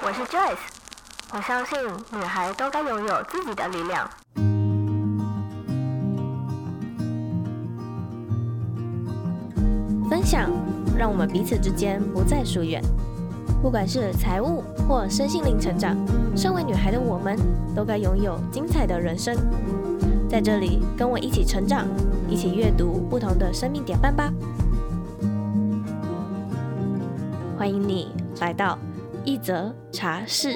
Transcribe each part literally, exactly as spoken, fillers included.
我是 Joyce， 我相信女孩都该拥有自己的力量。 分享让我们彼此之间不再疏远，不管是财务或身心灵成长，身为女孩的我们都该拥有精彩的人生。在这里跟我一起成长，一起阅读不同的生命典范吧。欢迎你来到一则茶室。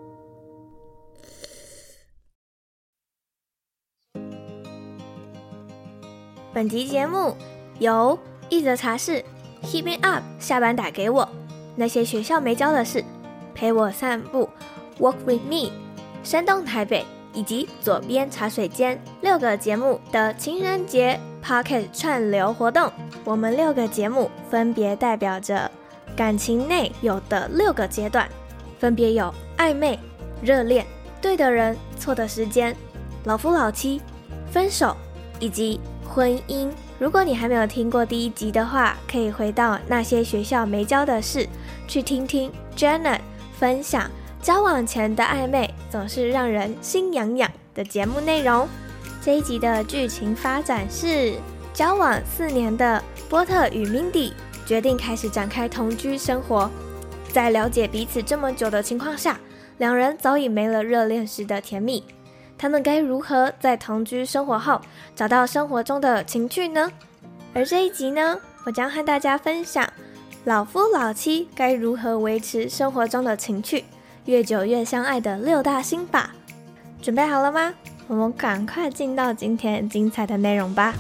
本集节目由一则茶室 Hit Me Up 下班打给我，那些学校没教的事，陪我散步 Walk with me， 山东台北以及左边茶水间六个节目的情人节 Podcast 串流活动。我们六个节目分别代表着感情内有的六个阶段，分别有暧昧、热恋、对的人、错的时间、老夫老妻、分手以及婚姻。如果你还没有听过第一集的话，可以回到那些学校没教的事，去听听 Janet 分享交往前的暧昧总是让人心痒痒的节目内容。这一集的剧情发展是，交往四年的波特与 Mindy 决定开始展开同居生活。在了解彼此这么久的情况下，两人早已没了热恋时的甜蜜。他们该如何在同居生活后找到生活中的情趣呢？而这一集呢，我将和大家分享老夫老妻该如何维持生活中的情趣，越久越相爱的六大心法。准备好了吗？我们赶快进到今天精彩的内容吧。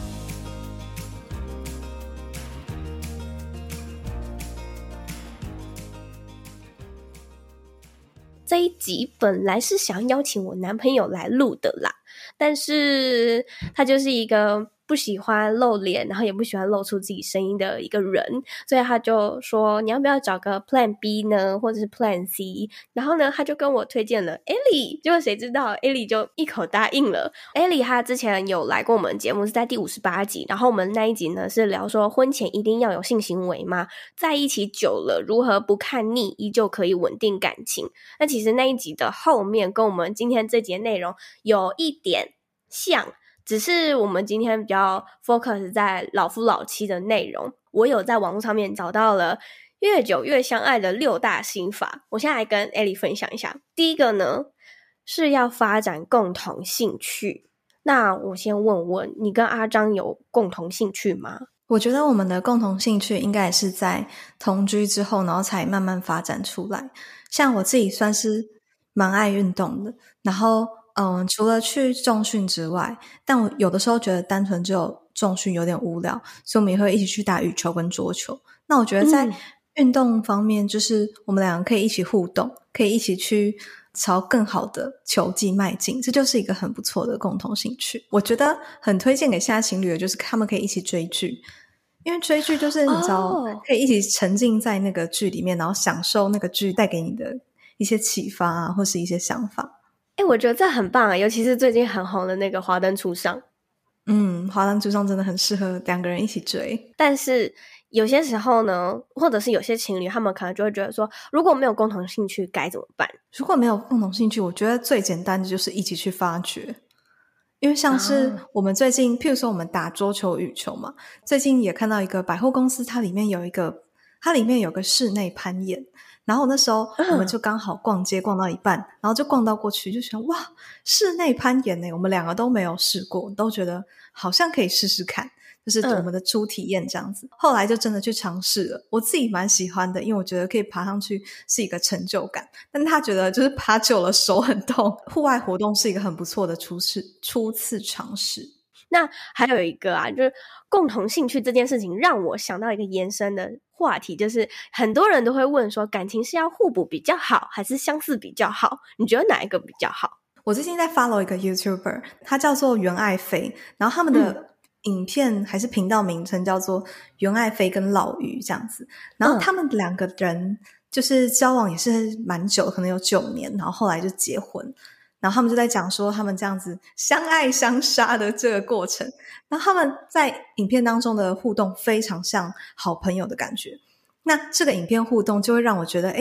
这一集本来是想邀请我男朋友来录的啦，但是他就是一个不喜欢露脸，然后也不喜欢露出自己声音的一个人，所以他就说你要不要找个 Plan B 呢，或者是 Plan C。 然后呢他就跟我推荐了 Ellie， 结果谁知道 Ellie 就一口答应了。 Ellie 他之前有来过我们节目，是在第五十八集，然后我们那一集呢是聊说婚前一定要有性行为吗？在一起久了如何不看腻依旧可以稳定感情。那其实那一集的后面跟我们今天这集的内容有一点像，只是我们今天比较 focus 在老夫老妻的内容。我有在网络上面找到了越久越相爱的六大心法，我现在来跟 Ellie 分享一下。第一个呢是要发展共同兴趣。那我先问问你跟阿张有共同兴趣吗？ 我觉得我们的共同兴趣应该也是在同居之后然后才慢慢发展出来。像我自己算是蛮爱运动的，然后嗯，除了去重训之外，但我有的时候觉得单纯只有重训有点无聊，所以我们也会一起去打羽球跟桌球。那我觉得在运动方面，就是我们两个可以一起互动，可以一起去朝更好的球技迈进，这就是一个很不错的共同兴趣。我觉得很推荐给现在情侣的就是他们可以一起追剧，因为追剧就是你知道、oh. 可以一起沉浸在那个剧里面，然后享受那个剧带给你的一些启发啊，或是一些想法。 欸，我觉得这很棒啊，尤其是最近很红的那个华灯初上。 嗯，华灯初上真的很适合两个人一起追。 但是有些时候呢，或者是有些情侣他们可能就会觉得说，如果没有共同兴趣该怎么办？ 如果没有共同兴趣，我觉得最简单的就是一起去发掘。因为像是我们最近、啊、譬如说我们打桌球羽球嘛，最近也看到一个百货公司，它里面有一个它里面有个室内攀岩，然后那时候我们就刚好逛街逛到一半、嗯、然后就逛到过去，就想哇，室内攀岩耶，我们两个都没有试过，都觉得好像可以试试看，就是我们的初体验这样子、嗯、后来就真的去尝试了。我自己蛮喜欢的，因为我觉得可以爬上去是一个成就感，但他觉得就是爬久了手很痛。户外活动是一个很不错的初次初次尝试。 那还有一个啊，就是共同兴趣这件事情让我想到一个延伸的话题，就是很多人都会问说，感情是要互补比较好还是相似比较好？你觉得哪一个比较好？ 我最近在 follow 一个 YouTuber， 他叫做袁爱妃，然后他们的影片还是频道名称叫做袁爱妃跟老于这样子。然后他们两个人就是交往也是蛮久，可能有九年，然后后来就结婚。然后他们就在讲说他们这样子相爱相杀的这个过程，然后他们在影片当中的互动非常像好朋友的感觉。那这个影片互动就会让我觉得诶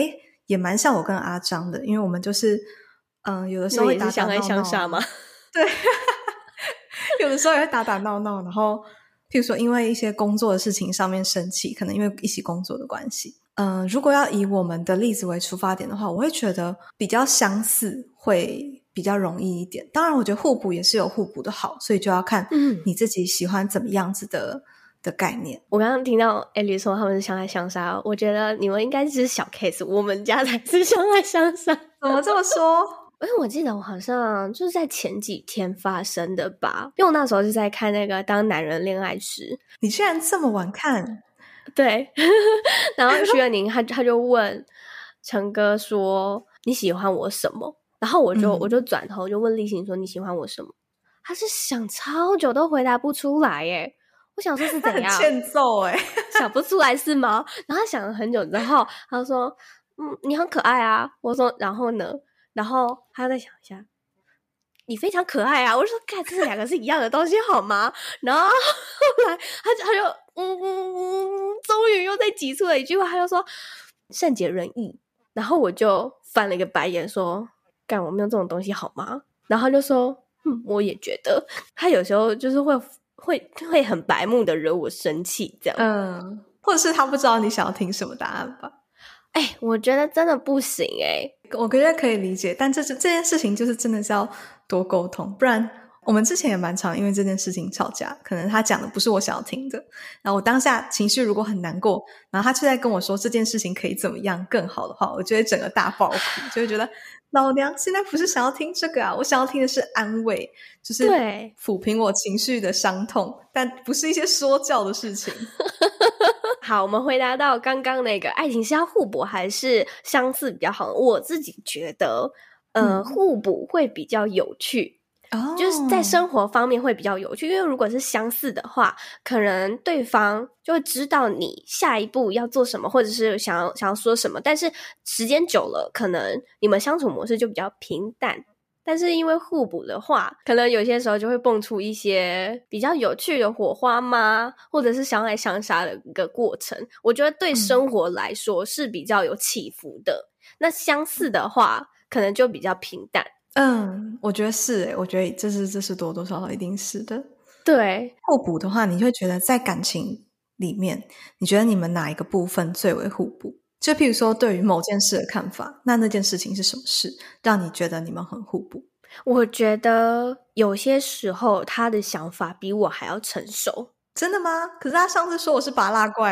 也蛮像我跟阿张的，因为我们就是嗯、呃，有的时候会打打闹闹， 相爱相杀吗？ 对有的时候也会打打闹闹，然后譬如说因为一些工作的事情上面生气，可能因为一起工作的关系。嗯、呃，如果要以我们的例子为出发点的话，我会觉得比较相似会比较容易一点。当然我觉得互补也是有互补的好，所以就要看你自己喜欢怎么样子的、嗯、的概念。 我刚刚听到 Ellie 说他们是相爱相杀，我觉得你们应该只是小 case， 我们家才是相爱相杀。 怎么这么说？ 因为我记得我好像就是在前几天发生的吧，因为我那时候是在看那个《当男人恋爱时》。 你居然这么晚看？ 对然后徐元宁他他就问陈哥说你喜欢我什么，然后我就、嗯、我就转头就问立行说你喜欢我什么，他是想超久都回答不出来耶。我想说是怎样， 很欠揍耶想不出来是吗？然后他想了很久之后他说嗯，你很可爱啊。我说然后呢，然后他再想一下你非常可爱啊。我就说看这两个是一样的东西好吗？然后后来他就他就嗯嗯嗯，终于又再挤出了一句话，他就说善解人意。然后我就翻了一个白眼说干我没有这种东西好吗？然后他就说嗯，我也觉得。他有时候就是会会会很白目的惹我生气这样。 嗯，或者是他不知道你想要听什么答案吧。 哎，我觉得真的不行哎。 我觉得可以理解，但这这件事情就是真的是要多沟通，不然我们之前也蛮常因为这件事情吵架，可能他讲的不是我想要听的，然后我当下情绪如果很难过，然后他却在跟我说这件事情可以怎么样更好的话，我就会整个大爆哭，就会觉得老娘现在不是想要听这个啊，我想要听的是安慰，就是抚平我情绪的伤痛，但不是一些说教的事情好，我们回答到刚刚那个爱情是要互补还是相似比较好，我自己觉得呃、嗯，互补会比较有趣、哦、就是在生活方面会比较有趣，因为如果是相似的话，可能对方就会知道你下一步要做什么，或者是想要想要说什么，但是时间久了可能你们相处模式就比较平淡。但是因为互补的话，可能有些时候就会蹦出一些比较有趣的火花吗，或者是相爱相杀的一个过程，我觉得对生活来说是比较有起伏的、嗯、那相似的话可能就比较平淡。 嗯，我觉得是耶，我觉得这是这是多多少少一定是的。 对， 互补的话你会觉得在感情里面你觉得你们哪一个部分最为互补？就譬如说对于某件事的看法，那那件事情是什么事让你觉得你们很互补？ 我觉得有些时候他的想法比我还要成熟。 真的吗？可是他上次说我是拔蜡怪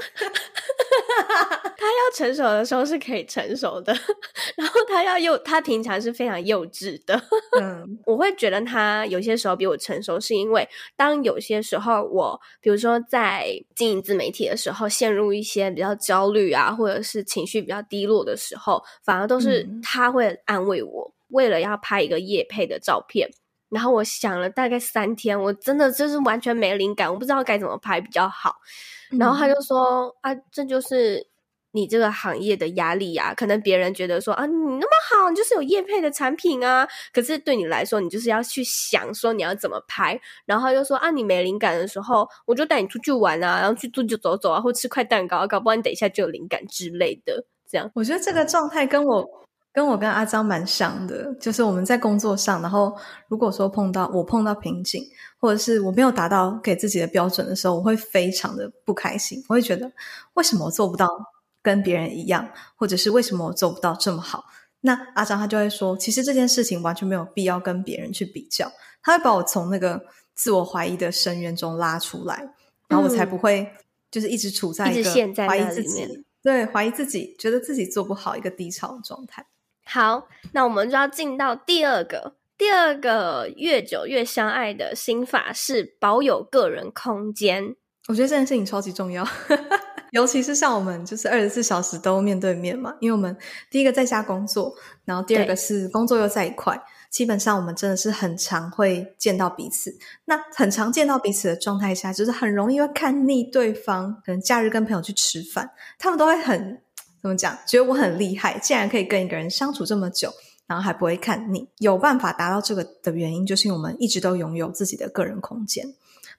他要成熟的时候是可以成熟的然后他要幼他平常是非常幼稚的嗯，我会觉得他有些时候比我成熟，是因为当有些时候我比如说在经营自媒体的时候陷入一些比较焦虑啊，或者是情绪比较低落的时候，反而都是他会安慰我、嗯、为了要拍一个业配的照片，然后我想了大概三天，我真的就是完全没灵感，我不知道该怎么拍比较好、嗯、然后他就说啊，这就是你这个行业的压力啊，可能别人觉得说啊，你那么好，你就是有业配的产品啊，可是对你来说你就是要去想说你要怎么拍，然后他就说啊，你没灵感的时候我就带你出去玩啊，然后去出去走走啊，或吃块蛋糕，搞不好你等一下就有灵感之类的。这样我觉得这个状态跟我跟我跟阿张蛮像的，就是我们在工作上，然后如果说碰到我碰到瓶颈，或者是我没有达到给自己的标准的时候，我会非常的不开心，我会觉得为什么我做不到跟别人一样，或者是为什么我做不到这么好。那阿张他就会说其实这件事情完全没有必要跟别人去比较，他会把我从那个自我怀疑的深渊中拉出来，然后我才不会就是一直处在一个怀疑自己，对，怀疑自己，觉得自己做不好一个低潮的状态。 好，那我们就要进到第二个第二个越久越相爱的心法，是保有个人空间。 我觉得这件事情超级重要尤其是像我们就是二十四小时都面对面嘛，因为我们第一个在家工作，然后第二个是工作又在一块，基本上我们真的是很常会见到彼此，那很常见到彼此的状态下，就是很容易会看腻对方，可能假日跟朋友去吃饭，他们都会很怎么讲，觉得我很厉害，竟然可以跟一个人相处这么久，然后还不会看腻。有办法达到这个的原因，就是因为我们一直都拥有自己的个人空间，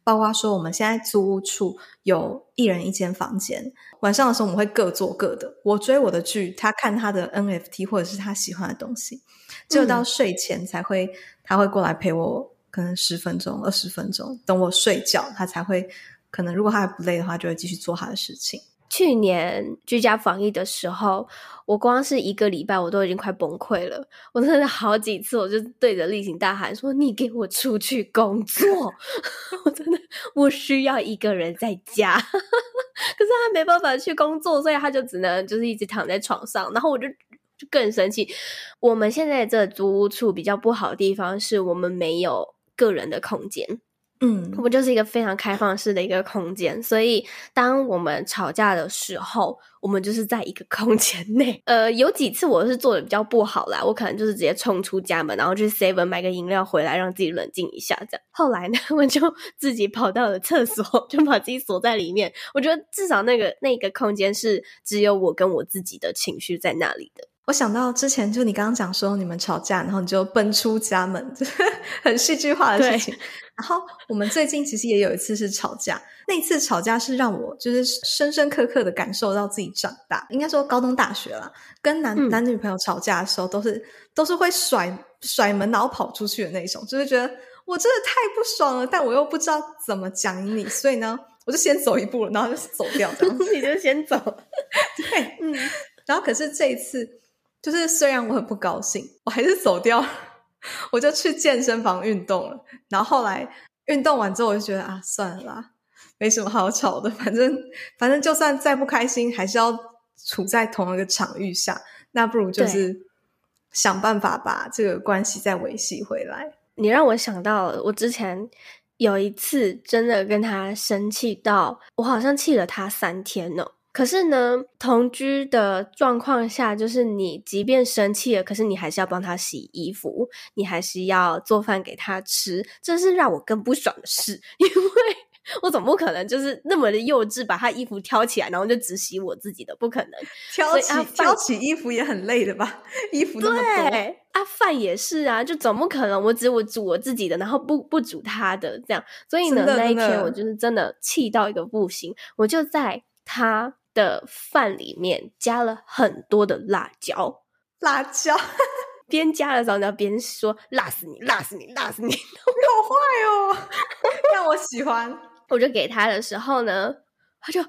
包括说我们现在租屋处有一人一间房间，晚上的时候我们会各做各的，我追我的剧，他看他的 N F T 或者是他喜欢的东西，只有到睡前才会、嗯、他会过来陪我可能十分钟二十分钟，等我睡觉他才会，可能如果他还不累的话就会继续做他的事情。 去年居家防疫的时候，我光是一个礼拜我都已经快崩溃了，我真的好几次我就对着立行大喊说你给我出去工作我真的我需要一个人在家可是他没办法去工作，所以他就只能就是一直躺在床上，然后我就就更生气。我们现在这租屋处比较不好的地方是我们没有个人的空间，嗯，我们就是一个非常开放式的一个空间，所以当我们吵架的时候我们就是在一个空间内。呃，有几次我是做的比较不好啦，我可能就是直接冲出家门，然后去 seven 买个饮料回来让自己冷静一下这样。后来呢我就自己跑到了厕所，就把自己锁在里面，我觉得至少那个那个空间是只有我跟我自己的情绪在那里的。 我想到之前就你刚刚讲说你们吵架然后你就奔出家门，很戏剧化的事情。然后我们最近其实也有一次是吵架，那一次吵架是让我就是深深刻刻的感受到自己长大，应该说高中大学啦，跟男、嗯、男女朋友吵架的时候都是都是会甩甩门然后跑出去的那种，就是觉得我真的太不爽了，但我又不知道怎么讲你，所以呢我就先走一步了，然后就走掉这样你就先走对，嗯，然后可是这一次就是虽然我很不高兴，我还是走掉，我就去健身房运动了。然后后来运动完之后我就觉得啊，算了啦，没什么好吵的，反正反正就算再不开心还是要处在同一个场域下，那不如就是想办法把这个关系再维系回来。 你让我想到了我之前有一次真的跟他生气到我好像气了他三天呢。可是呢同居的状况下，就是你即便生气了，可是你还是要帮他洗衣服，你还是要做饭给他吃，这是让我更不爽的事，因为我总不可能就是那么的幼稚把他衣服挑起来然后就只洗我自己的，不可能。 挑起、啊、挑起衣服也很累的吧，衣服那么多。 对啊，饭也是啊，就总不可能我只我煮我自己的然后不不煮他的这样。所以呢那一天我就是真的气到一个不行，我就在他的饭里面加了很多的辣椒。 辣椒边加的时候你要边说辣死你辣死你辣死你， 好坏哦让我喜欢。 我就给他的时候呢他就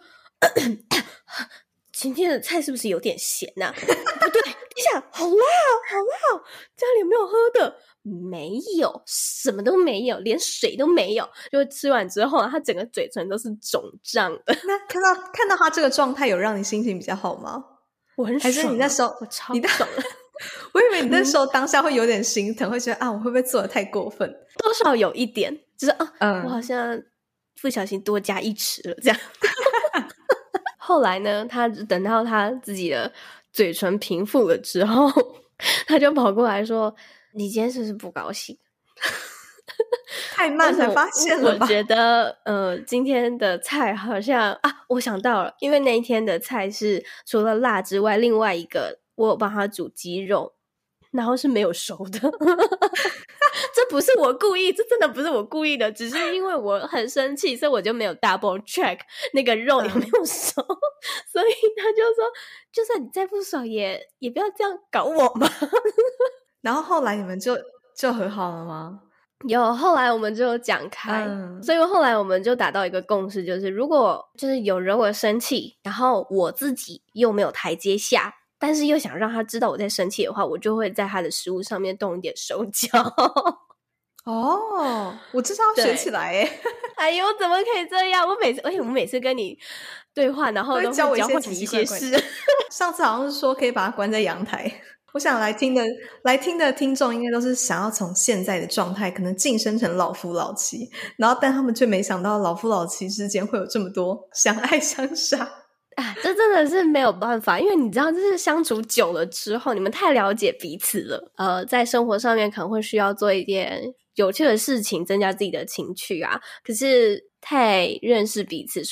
今天的菜是不是有点咸啊不对，等一下好辣好辣，家里有没有喝的？没有，什么都没有，连水都没有。就吃完之后他整个嘴唇都是肿胀的。 那看到看到他这个状态有让你心情比较好吗？ 我很爽、啊、 还是你那时候我超爽了我以为你那时候当下会有点心疼、嗯、会觉得啊我会不会做得太过分， 多少有一点就是啊、嗯，我好像不小心多加一匙了这样后来呢他等到他自己的嘴唇平复了之后他就跑过来说你今天是不是不高兴太慢才发现了吧。 我觉得呃，今天的菜好像啊，我想到了，因为那一天的菜是除了辣之外另外一个我有帮他煮鸡肉，然后是没有熟的这不是我故意，这真的不是我故意的，只是因为我很生气所以我就没有 double check 那个肉有没有熟、嗯、所以他就说就算你再不爽也也不要这样搞我嘛然后后来你们就就和好了吗？ 有，后来我们就讲开、嗯、所以后来我们就达到一个共识，就是如果就是有人我生气然后我自己又没有台阶下，但是又想让他知道我在生气的话，我就会在他的食物上面动一点手脚哦，我至少要学起来耶哎呦怎么可以这样，我每次而且我每次跟你对话然后都会教我你一些事上次好像是说可以把它关在阳台，我想来听的来听的听众应该都是想要从现在的状态可能晋升成老夫老妻，然后但他们却没想到老夫老妻之间会有这么多相爱相杀啊，这真的是没有办法，因为你知道就是相处久了之后你们太了解彼此了，呃，在生活上面可能会需要做一点有趣的事情增加自己的情趣啊，可是太认识彼此所以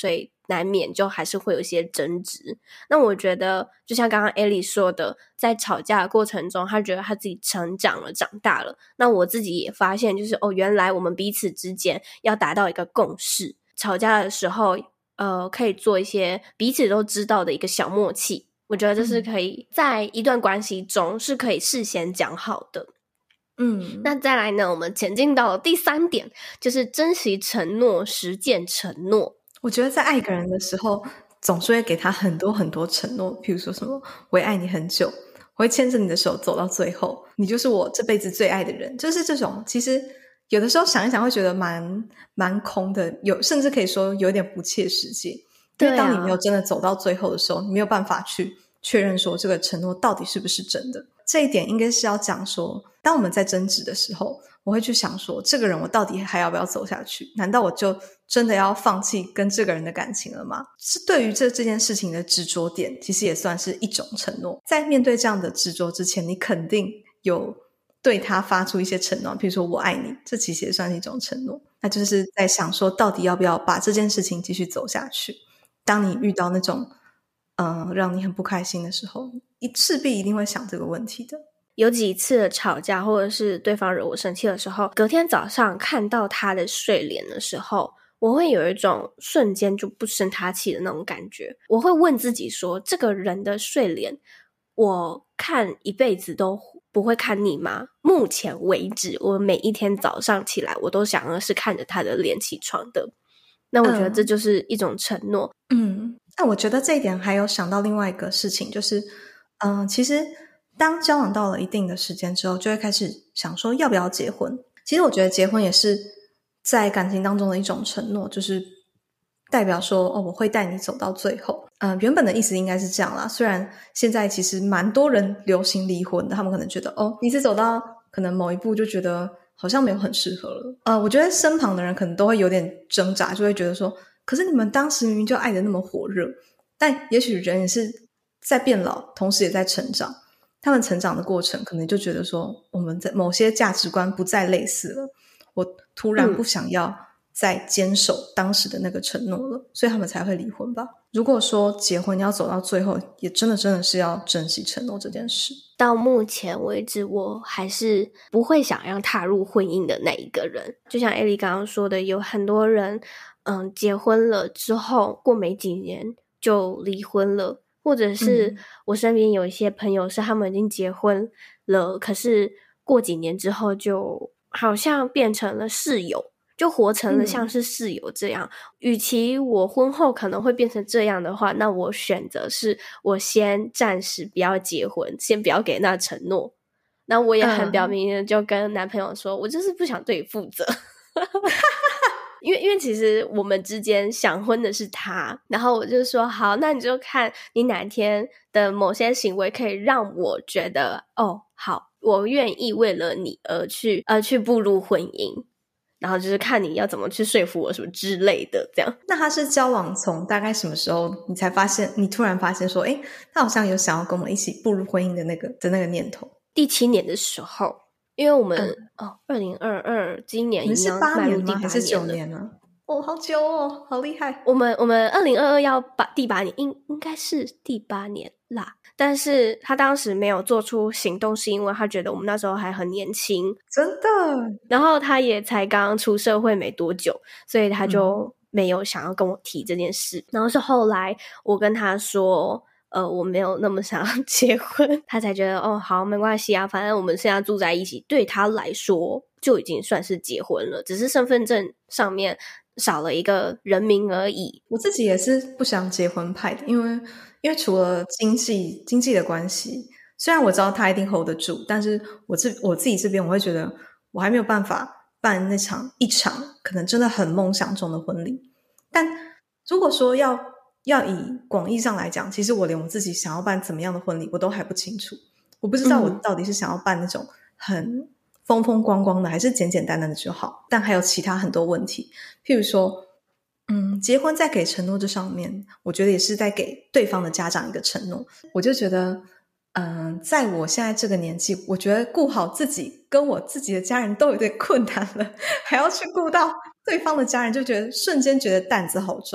难免就还是会有一些争执。那我觉得就像刚刚 Ellie 说的，在吵架的过程中他觉得他自己成长了长大了，那我自己也发现就是哦，原来我们彼此之间要达到一个共识，吵架的时候呃，可以做一些彼此都知道的一个小默契，我觉得这是可以在一段关系中是可以事先讲好的。 嗯， 那再来呢，我们前进到了第三点，就是珍惜承诺，实践承诺。 我觉得在爱一个人的时候总是会给他很多很多承诺，譬如说什么我会爱你很久，我会牵着你的手走到最后，你就是我这辈子最爱的人，就是这种其实有的时候想一想会觉得蛮蛮空的，有甚至可以说有点不切实际。因为当你没有真的走到最后的时候，你没有办法去确认说这个承诺到底是不是真的。这一点应该是要讲说，当我们在争执的时候，我会去想说这个人我到底还要不要走下去，难道我就真的要放弃跟这个人的感情了吗？是对于这这件事情的执着点其实也算是一种承诺。在面对这样的执着之前，你肯定有对他发出一些承诺，比如说我爱你，这其实也算是一种承诺。那就是在想说到底要不要把这件事情继续走下去。当你遇到那种嗯、呃，让你很不开心的时候，你势必一定会想这个问题的。 有几次的吵架或者是对方惹我生气的时候，隔天早上看到他的睡脸的时候，我会有一种瞬间就不生他气的那种感觉。我会问自己说，这个人的睡脸我看一辈子都不会看腻吗？目前为止我每一天早上起来我都想要是看着他的脸起床的。那我觉得这就是一种承诺。 嗯，那我觉得这一点还有想到另外一个事情，就是嗯、呃，其实当交往到了一定的时间之后，就会开始想说要不要结婚。其实我觉得结婚也是在感情当中的一种承诺，就是代表说哦，我会带你走到最后。呃，原本的意思应该是这样啦，虽然现在其实蛮多人流行离婚的，他们可能觉得哦，彼此走到可能某一步就觉得好像没有很适合了。呃，我觉得身旁的人可能都会有点挣扎，就会觉得说可是你们当时明明就爱得那么火热。但也许人也是在变老，同时也在成长，他们成长的过程可能就觉得说我们在某些价值观不再类似了，我突然不想要再坚守当时的那个承诺了、嗯、所以他们才会离婚吧。如果说结婚要走到最后，也真的真的是要珍惜承诺这件事。 到目前为止我还是不会想要踏入婚姻的那一个人。就像 Ellie 刚刚说的，有很多人嗯，结婚了之后过没几年就离婚了，或者是我身边有一些朋友是他们已经结婚了、嗯、可是过几年之后就好像变成了室友，就活成了像是室友这样、嗯、与其我婚后可能会变成这样的话，那我选择是我先暂时不要结婚，先不要给那承诺。那我也很表明的就跟男朋友说、嗯、我就是不想对你负责因为因为其实我们之间想婚的是他，然后我就说好，那你就看你哪天的某些行为可以让我觉得哦好，我愿意为了你而去而去步入婚姻，然后就是看你要怎么去说服我什么之类的这样。 那他是交往从大概什么时候你才发现，你突然发现说诶他好像有想要跟我一起步入婚姻的那个的那个念头？ 第七年的时候，因为我们、嗯、哦，二零二二今年已经迈入第八年了， 还是九年呢？哦，好久哦，好厉害！ 我们我们二零二二要把第八年，应应该是第八年啦。但是他当时没有做出行动，是因为他觉得我们那时候还很年轻， 真的。 然后他也才刚出社会没多久，所以他就没有想要跟我提这件事。嗯、然后是后来我跟他说。呃，我没有那么想要结婚，他才觉得哦，好，没关系啊，反正我们现在住在一起，对他来说就已经算是结婚了，只是身份证上面少了一个人名而已。 我自己也是不想结婚派的，因为因为除了经济经济的关系，虽然我知道他一定 hold 得住，但是我这我自己这边我会觉得我还没有办法办那场一场可能真的很梦想中的婚礼。但如果说要要以广义上来讲，其实我连我自己想要办怎么样的婚礼我都还不清楚。我不知道我到底是想要办那种很风风光光的，还是简简单单的就好。但还有其他很多问题，譬如说嗯，结婚在给承诺这上面，我觉得也是在给对方的家长一个承诺。我就觉得嗯，在我现在这个年纪，我觉得顾好自己跟我自己的家人都有点困难了，还要去顾到对方的家人，就觉得瞬间觉得担子好重。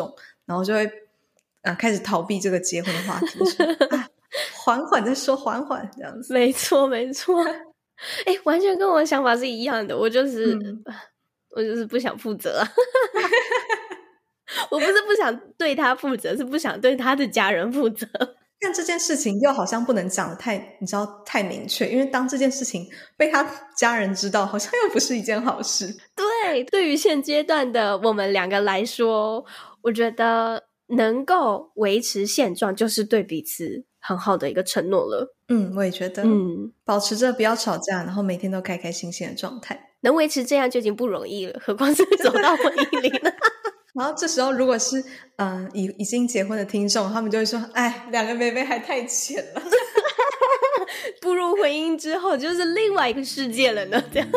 然后就会啊开始逃避这个结婚的话题，说啊缓缓再说，缓缓这样子。 没错没错。哎、欸，完全跟我的想法是一样的，我就是、嗯、我就是不想负责我不是不想对他负责，是不想对他的家人负责。 但这件事情又好像不能讲的太你知道太明确，因为当这件事情被他家人知道，好像又不是一件好事。 对，对于现阶段的我们两个来说，我觉得能够维持现状就是对彼此很好的一个承诺了。 嗯，我也觉得嗯，保持着不要吵架，然后每天都开开心心的状态， 能维持这样就已经不容易了，何况是走到婚姻里了然后这时候如果是嗯、呃、已已经结婚的听众，他们就会说哎，两个妹妹还太浅了步入婚姻之后就是另外一个世界了呢这样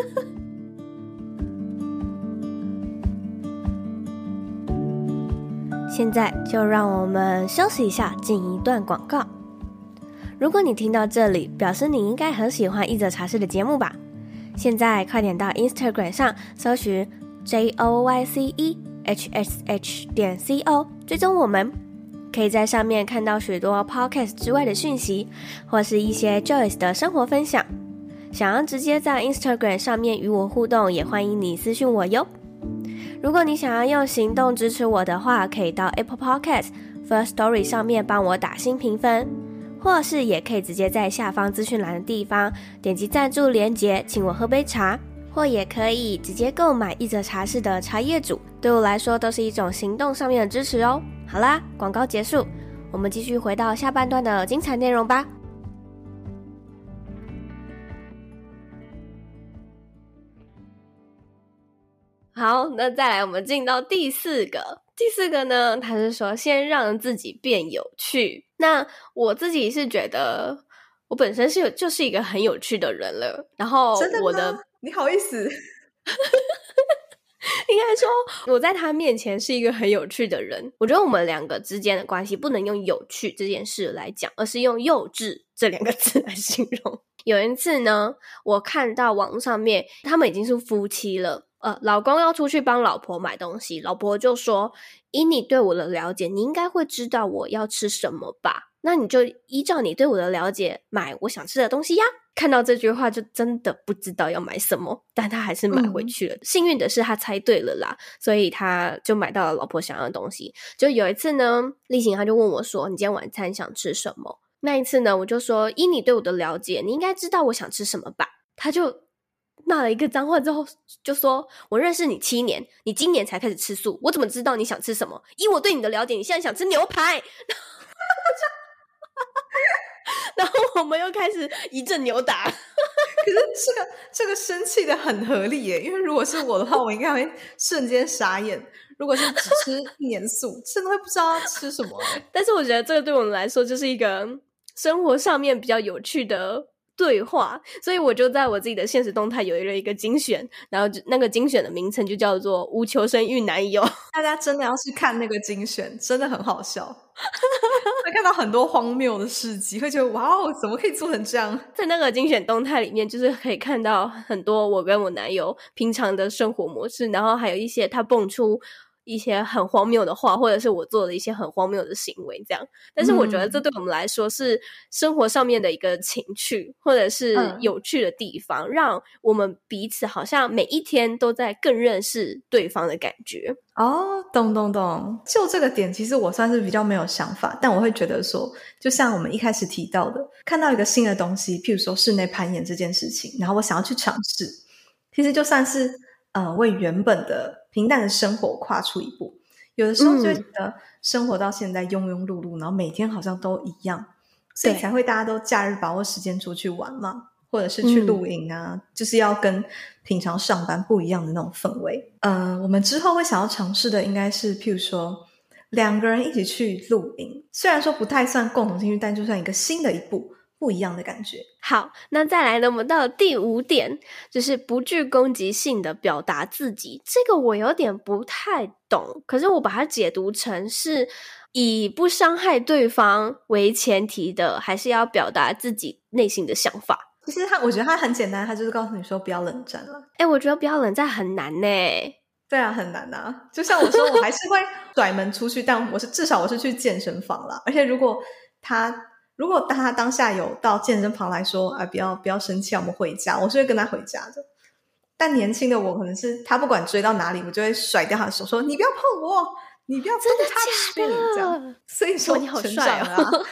现在就让我们休息一下，进一段广告。如果你听到这里，表示你应该很喜欢一则茶室的节目吧。现在快点到 Instagram 上搜寻 J O Y C E H S H 点 C O 追踪我们，可以在上面看到许多 podcast 之外的讯息，或是一些 Joyce 的生活分享。想要直接在 Instagram 上面与我互动，也欢迎你私讯我哟。如果你想要用行动支持我的话，可以到 Apple Podcast、Firstory 上面帮我打星评分，或是也可以直接在下方资讯栏的地方点击赞助连结，请我喝杯茶，或也可以直接购买一则茶室的茶叶组，对我来说都是一种行动上面的支持哦。好啦，广告结束，我们继续回到下半段的精彩内容吧。好，那再来我们进到第四个。第四个呢，他是说先让自己变有趣。那我自己是觉得我本身是有就是一个很有趣的人了，然后我的你好意思应该说我在他面前是一个很有趣的人。我觉得我们两个之间的关系不能用有趣这件事来讲，而是用幼稚这两个字来形容。有一次呢，我看到网络上面他们已经是夫妻了，呃，老公要出去帮老婆买东西，老婆就说，以你对我的了解，你应该会知道我要吃什么吧，那你就依照你对我的了解买我想吃的东西呀。看到这句话就真的不知道要买什么，但他还是买回去了、嗯、幸运的是他猜对了啦，所以他就买到了老婆想要的东西。就有一次呢，例行他就问我说，你今天晚餐想吃什么？那一次呢，我就说，依你对我的了解，你应该知道我想吃什么吧。他就骂了一个脏话之后就说，我认识你七年，你今年才开始吃素，我怎么知道你想吃什么？依我对你的了解，你现在想吃牛排然后我们又开始一阵扭打可是这个这个生气的很合理耶，因为如果是我的话，我应该会瞬间傻眼。如果是只吃一年素，真的会不知道要吃什么耶。 但是我觉得这个对我们来说就是一个生活上面比较有趣的对话，所以我就在我自己的现实动态有了一个精选，然后那个精选的名称就叫做无求生欲男友。 大家真的要去看那个精选，真的很好笑会看到很多荒谬的事迹，会觉得哇哦，怎么可以做成这样。 在那个精选动态里面就是可以看到很多我跟我男友平常的生活模式，然后还有一些他蹦出一些很荒谬的话，或者是我做了一些很荒谬的行为这样。但是我觉得这对我们来说是生活上面的一个情趣，或者是有趣的地方、嗯、让我们彼此好像每一天都在更认识对方的感觉。 哦，懂懂懂。就这个点其实我算是比较没有想法，但我会觉得说，就像我们一开始提到的，看到一个新的东西，譬如说室内攀岩这件事情，然后我想要去尝试，其实就算是呃为原本的平淡的生活跨出一步。有的时候就会觉得生活到现在庸庸碌碌、嗯、然后每天好像都一样，所以才会大家都假日把握时间出去玩嘛，或者是去露营啊、嗯、就是要跟平常上班不一样的那种氛围。嗯、呃，我们之后会想要尝试的应该是譬如说两个人一起去露营，虽然说不太算共同兴趣，但就算一个新的一步，不一样的感觉。 好，那再来呢，我们到了第五点，就是不具攻击性的表达自己。这个我有点不太懂，可是我把它解读成是以不伤害对方为前提的，还是要表达自己内心的想法。 其实他我觉得他很简单，他就是告诉你说不要冷战了。 诶，我觉得不要冷战很难耶。 对啊，很难啊。就像我说我还是会甩门出去，但我是至少我是去健身房啦。而且如果他如果他当下有到健身房来说啊，不要不要生气，我们回家，我是会跟他回家的。但年轻的我可能是他不管追到哪里，我就会甩掉他的手说你不要碰我，你不要碰他， 真的假的？ 这样。所以说你好成帅长啊。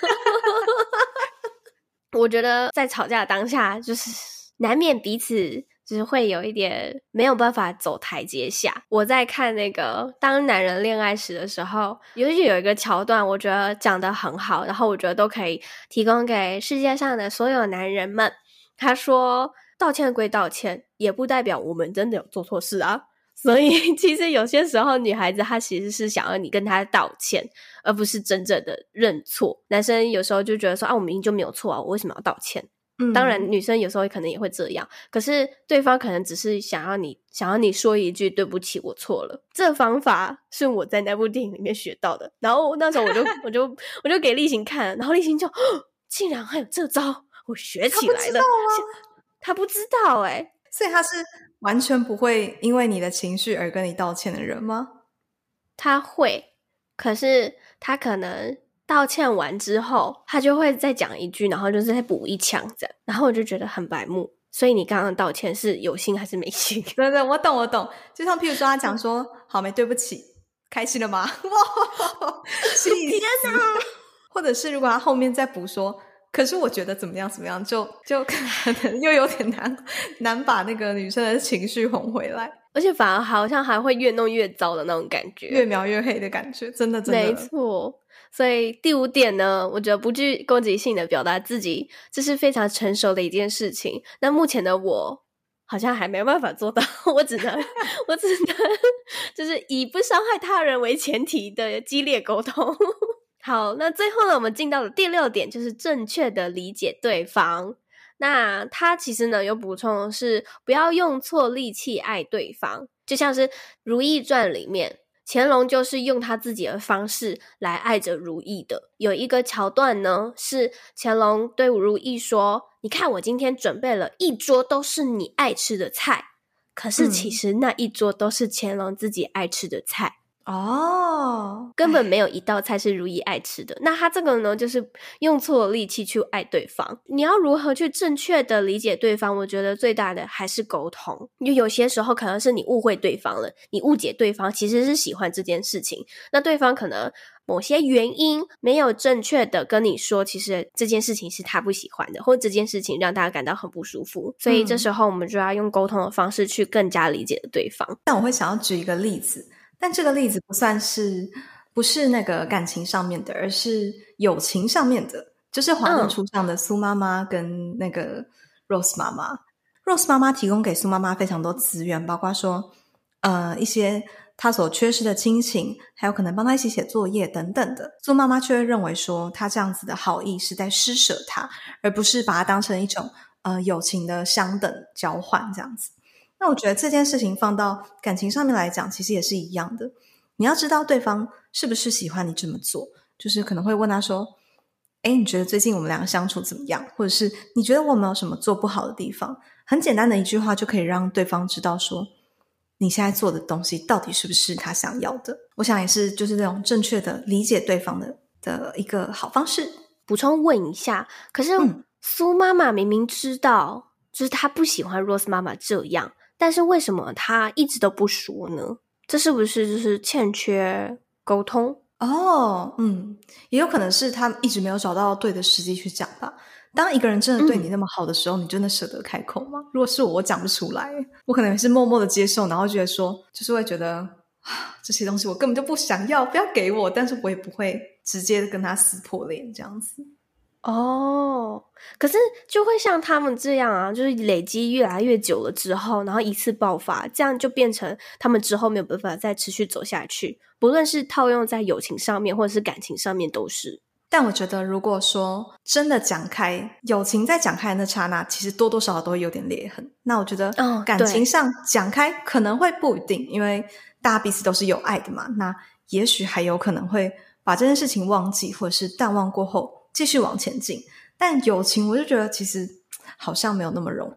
我觉得在吵架的当下就是难免彼此就是会有一点没有办法走台阶下。我在看那个当男人恋爱时的时候，尤其有一个桥段我觉得讲得很好，然后我觉得都可以提供给世界上的所有男人们。他说道歉归道歉，也不代表我们真的有做错事啊。所以其实有些时候女孩子她其实是想要你跟她道歉，而不是真正的认错。男生有时候就觉得说啊，我明明就没有错啊，我为什么要道歉？嗯，当然女生有时候可能也会这样，可是对方可能只是想要你想要你说一句对不起我错了。这方法是我在那部电影里面学到的，然后那时候我就我就我就给立行看，然后立行就、哦、竟然还有这招，我学起来了。他不知道哎、欸， 所以他是完全不会因为你的情绪而跟你道歉的人吗？ 他会，可是他可能道歉完之后他就会再讲一句，然后就是再补一枪这样，然后我就觉得很白目。所以你刚刚道歉是有心还是没心？ 对对，我懂我懂。就像譬如说他讲说好没对不起，开心了吗？哇，天哪！或者是如果他后面再补说可是我觉得怎么样怎么样，就就可能又有点难难把那个女生的情绪哄回来， 而且反而好像还会越弄越糟的那种感觉， 越描越黑的感觉，真的真的没错。所以第五点呢，我觉得不具攻击性的表达自己，这是非常成熟的一件事情。那目前的我好像还没办法做到，我只能我只能就是以不伤害他人为前提的激烈沟通。好，那最后呢，我们进到了第六点，就是正确的理解对方。那他其实呢有补充的是不要用错力气爱对方，就像是《如懿传》里面乾隆就是用他自己的方式来爱着如懿的。有一个桥段呢是乾隆对如懿说，你看我今天准备了一桌都是你爱吃的菜，可是其实那一桌都是乾隆自己爱吃的菜哦， 根本没有一道菜是如懿爱吃的。那他这个呢就是用错了力气去爱对方。你要如何去正确的理解对方，我觉得最大的还是沟通。因为有些时候可能是你误会对方了，你误解对方其实是喜欢这件事情，那对方可能某些原因没有正确的跟你说其实这件事情是他不喜欢的，或者这件事情让他感到很不舒服，所以这时候我们就要用沟通的方式去更加理解对方。 但我会想要举一个例子，但这个例子不算是不是那个感情上面的，而是友情上面的，就是华灯初上的苏妈妈跟那个 Rose 妈妈、嗯、Rose 妈妈提供给苏妈妈非常多资源，包括说呃一些她所缺失的亲情，还有可能帮她一起写作业等等的。苏妈妈却会认为说她这样子的好意是在施舍她，而不是把它当成一种呃友情的相等交换这样子。那我觉得这件事情放到感情上面来讲其实也是一样的，你要知道对方是不是喜欢你这么做，就是可能会问他说诶你觉得最近我们两个相处怎么样，或者是你觉得我有没有什么做不好的地方，很简单的一句话就可以让对方知道说你现在做的东西到底是不是他想要的。我想也是就是这种正确的理解对方的的一个好方式。 补充问一下，可是、嗯、苏妈妈明明知道就是她不喜欢 Rose 妈妈这样，但是为什么她一直都不说呢？这是不是就是欠缺沟通？ 哦，嗯，也有可能是他一直没有找到对的时机去讲吧。当一个人真的对你那么好的时候、嗯、你真的舍得开口吗？如果是我我讲不出来，我可能也是默默的接受，然后觉得说就是会觉得啊，这些东西我根本就不想要，不要给我，但是我也不会直接跟他撕破脸这样子。 哦，可是就会像他们这样啊，就是累积越来越久了之后，然后一次爆发，这样就变成他们之后没有办法再持续走下去，不论是套用在友情上面或者是感情上面都是。 但我觉得如果说真的讲开，友情在讲开的那刹那其实多多少少都会有点裂痕，那我觉得感情上讲开可能会不一定、哦、因为大家彼此都是有爱的嘛，那也许还有可能会把这件事情忘记，或者是淡忘过后继续往前进。但友情我就觉得其实好像没有那么容易，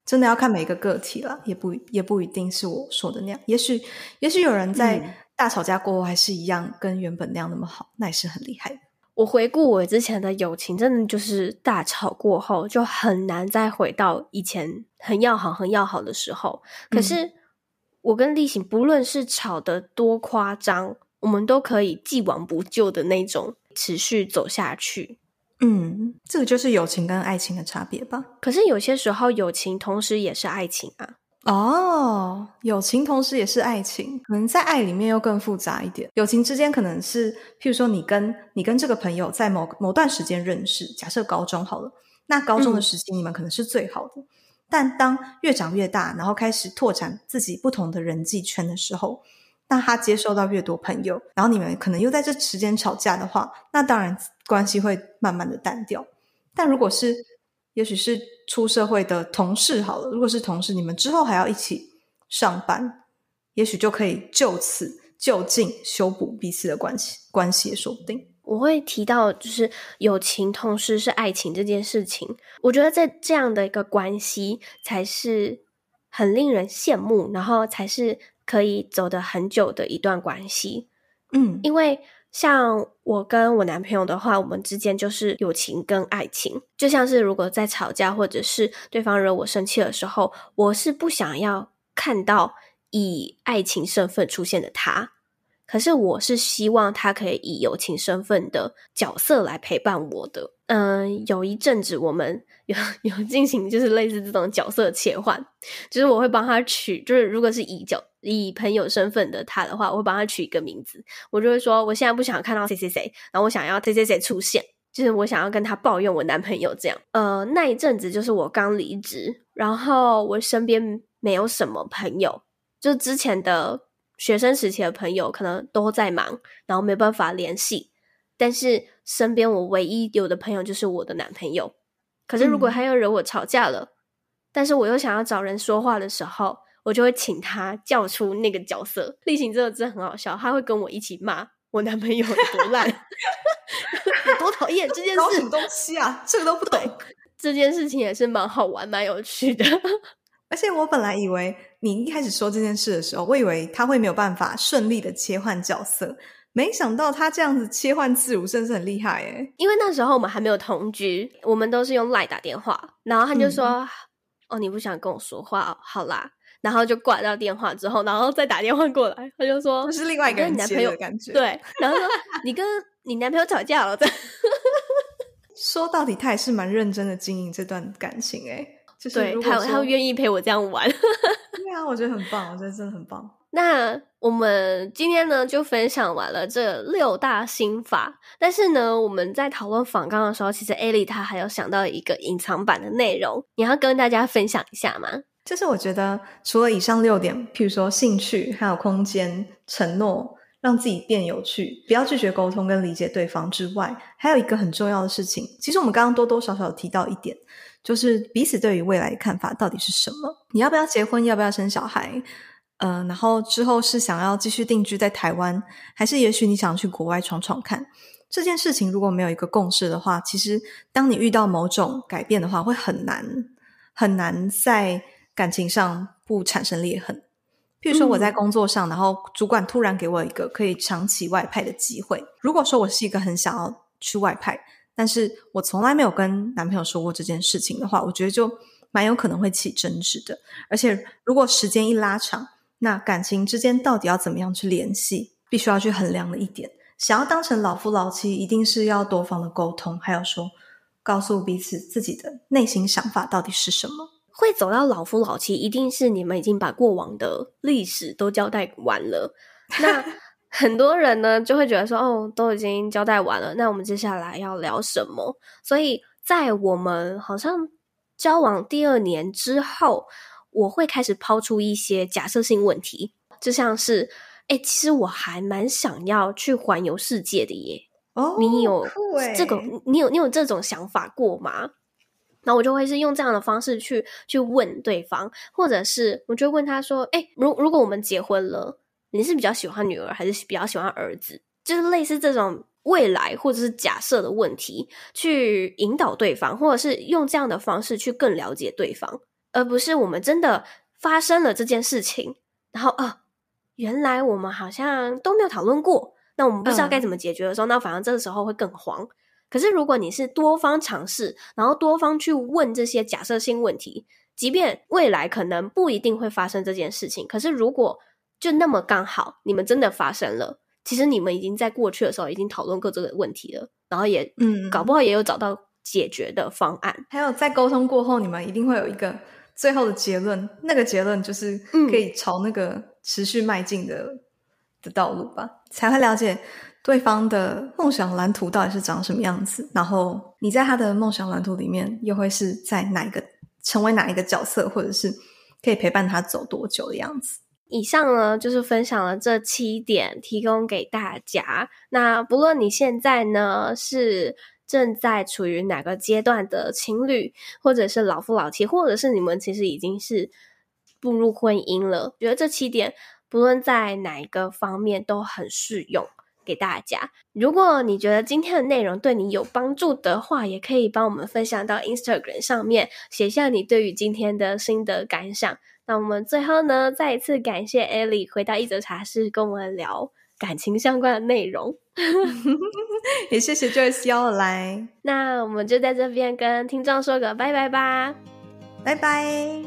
真的要看每个个体啦，也不也不一定是我说的那样。也许也许有人在大吵架过后还是一样跟原本那样那么好，那也是很厉害的。 我回顾我之前的友情，真的就是大吵过后就很难再回到以前很要好很要好的时候。可是我跟例行不论是吵得多夸张，我们都可以既往不咎的那种持续走下去。 嗯，这个就是友情跟爱情的差别吧。 可是有些时候友情同时也是爱情啊。 哦，友情同时也是爱情，可能在爱里面又更复杂一点。友情之间可能是譬如说你跟你跟这个朋友在某某段时间认识，假设高中好了，那高中的时期你们可能是最好的、嗯、但当越长越大，然后开始拓展自己不同的人际圈的时候，那他接受到越多朋友，然后你们可能又在这时间吵架的话，那当然关系会慢慢的淡掉。但如果是也许是出社会的同事好了，如果是同事，你们之后还要一起上班，也许就可以就此就近修补彼此的关系关系也说不定。 我会提到就是友情同时是爱情这件事情，我觉得在这样的一个关系才是很令人羡慕，然后才是可以走得很久的一段关系。 嗯， 因为像我跟我男朋友的话，我们之间就是友情跟爱情，就像是如果在吵架或者是对方惹我生气的时候，我是不想要看到以爱情身份出现的他，可是我是希望他可以以友情身份的角色来陪伴我的。嗯，有一阵子我们有有进行就是类似这种角色切换，就是我会帮他取，就是如果是以角以朋友身份的他的话，我会帮他取一个名字，我就会说我现在不想看到谁谁谁，然后我想要谁谁谁出现，就是我想要跟他抱怨我男朋友这样。呃，那一阵子就是我刚离职，然后我身边没有什么朋友，就之前的学生时期的朋友可能都在忙，然后没办法联系，但是身边我唯一有的朋友就是我的男朋友。可是如果他又惹我吵架了、嗯、但是我又想要找人说话的时候，我就会请他叫出那个角色。例行这个真的很好笑，他会跟我一起骂我男朋友有多烂有多讨厌这件事。 搞什么东西啊，这个都不懂。 这件事情也是蛮好玩蛮有趣的。 而且我本来以为你一开始说这件事的时候，我以为他会没有办法顺利的切换角色，没想到他这样子切换自如，真是很厉害耶。 因为那时候我们还没有同居，我们都是用 LINE 打电话，然后他就说、嗯、哦你不想跟我说话、哦、好啦，然后就挂掉电话之后，然后再打电话过来，他就说就是另外一个人接的感觉。 对，然后说你跟你男朋友吵架了说到底他也是蛮认真的经营这段感情耶。就是如果对，他他愿意陪我这样玩对啊，我觉得很棒，我觉得真的很棒。 那我们今天呢就分享完了这六大心法，但是呢我们在讨论访纲的时候，其实 Ellie 她还有想到一个隐藏版的内容，你要跟大家分享一下吗？ 就是我觉得除了以上六点，譬如说兴趣还有空间承诺，让自己变有趣，不要拒绝沟通跟理解对方之外，还有一个很重要的事情，其实我们刚刚多多少少提到一点，就是彼此对于未来的看法到底是什么。你要不要结婚，要不要生小孩，呃，然后之后是想要继续定居在台湾，还是也许你想去国外闯闯看。这件事情如果没有一个共识的话，其实当你遇到某种改变的话，会很难很难在感情上不产生裂痕。譬如说我在工作上、嗯、然后主管突然给我一个可以长期外派的机会，如果说我是一个很想要去外派，但是我从来没有跟男朋友说过这件事情的话，我觉得就蛮有可能会起争执的。而且如果时间一拉长，那感情之间到底要怎么样去联系，必须要去衡量的一点。想要当成老夫老妻，一定是要多方的沟通，还有说告诉彼此自己的内心想法到底是什么。 会走到老夫老妻，一定是你们已经把过往的历史都交代完了。那很多人呢就会觉得说，哦，都已经交代完了，那我们接下来要聊什么？所以在我们好像交往第二年之后，我会开始抛出一些假设性问题，就像是诶其实我还蛮想要去环游世界的耶。 哦， 你有这个酷耶， 你有你有这种想法过吗？然后我就会是用这样的方式去去问对方，或者是我就问他说，诶如如果我们结婚了，你是比较喜欢女儿还是比较喜欢儿子？就是类似这种未来或者是假设的问题去引导对方，或者是用这样的方式去更了解对方。 而不是我们真的发生了这件事情，然后呃，原来我们好像都没有讨论过，那我们不知道该怎么解决的时候、嗯、那反而这个时候会更慌。可是如果你是多方尝试，然后多方去问这些假设性问题，即便未来可能不一定会发生这件事情，可是如果就那么刚好你们真的发生了，其实你们已经在过去的时候已经讨论过这个问题了，然后也嗯，搞不好也有找到解决的方案。 还有在沟通过后，你们一定会有一个最后的结论，那个结论就是可以朝那个持续迈进的、嗯、的道路吧，才会了解对方的梦想蓝图到底是长什么样子，然后你在他的梦想蓝图里面又会是在哪一个成为哪一个角色，或者是可以陪伴他走多久的样子。 以上呢就是分享了这七点提供给大家，那不论你现在呢是正在处于哪个阶段的情侣，或者是老夫老妻，或者是你们其实已经是步入婚姻了，觉得这七点不论在哪一个方面都很适用给大家。如果你觉得今天的内容对你有帮助的话，也可以帮我们分享到 Instagram 上面，写下你对于今天的心得感想。那我们最后呢，再一次感谢 Ellie 回到一则茶室跟我们聊感情相关的内容也谢谢 Joyce 邀我来。 那我们就在这边跟听众说个拜拜吧， 拜拜。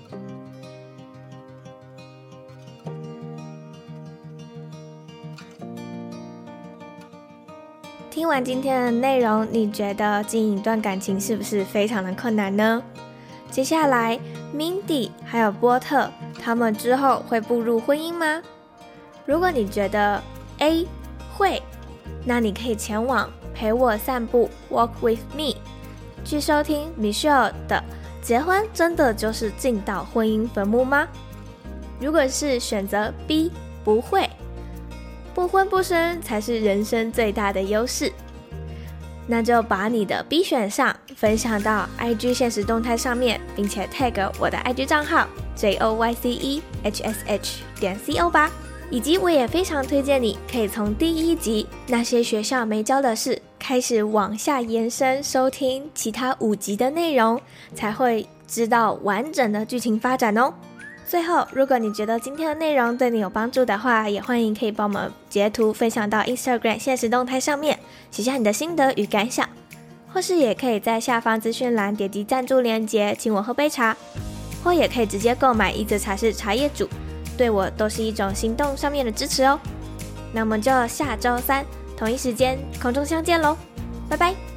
听完今天的内容，你觉得经营一段感情是不是非常的困难呢？接下来 Mindy 还有波特他们之后会步入婚姻吗？如果你觉得 A 会，那你可以前往陪我散步 Walk with me 去收听 Michelle 的结婚真的就是进到婚姻坟墓吗？如果是选择 B 不会，不婚不生才是人生最大的优势，那就把你的 B 选项分享到 I G 限时动态上面，并且 tag 我的 I G 账号 J O Y C E H S H 点 C O 吧。以及我也非常推荐你可以从第一集那些学校没教的事开始往下延伸收听其他五集的内容，才会知道完整的剧情发展哦。最后，如果你觉得今天的内容对你有帮助的话，也欢迎可以帮我们截图分享到 Instagram 限时动态上面，写下你的心得与感想，或是也可以在下方资讯栏点击赞助连结请我喝杯茶，或也可以直接购买一则茶室茶叶组，对我都是一种行动上面的支持哦。那我们就下周三同一时间空中相见咯，拜拜。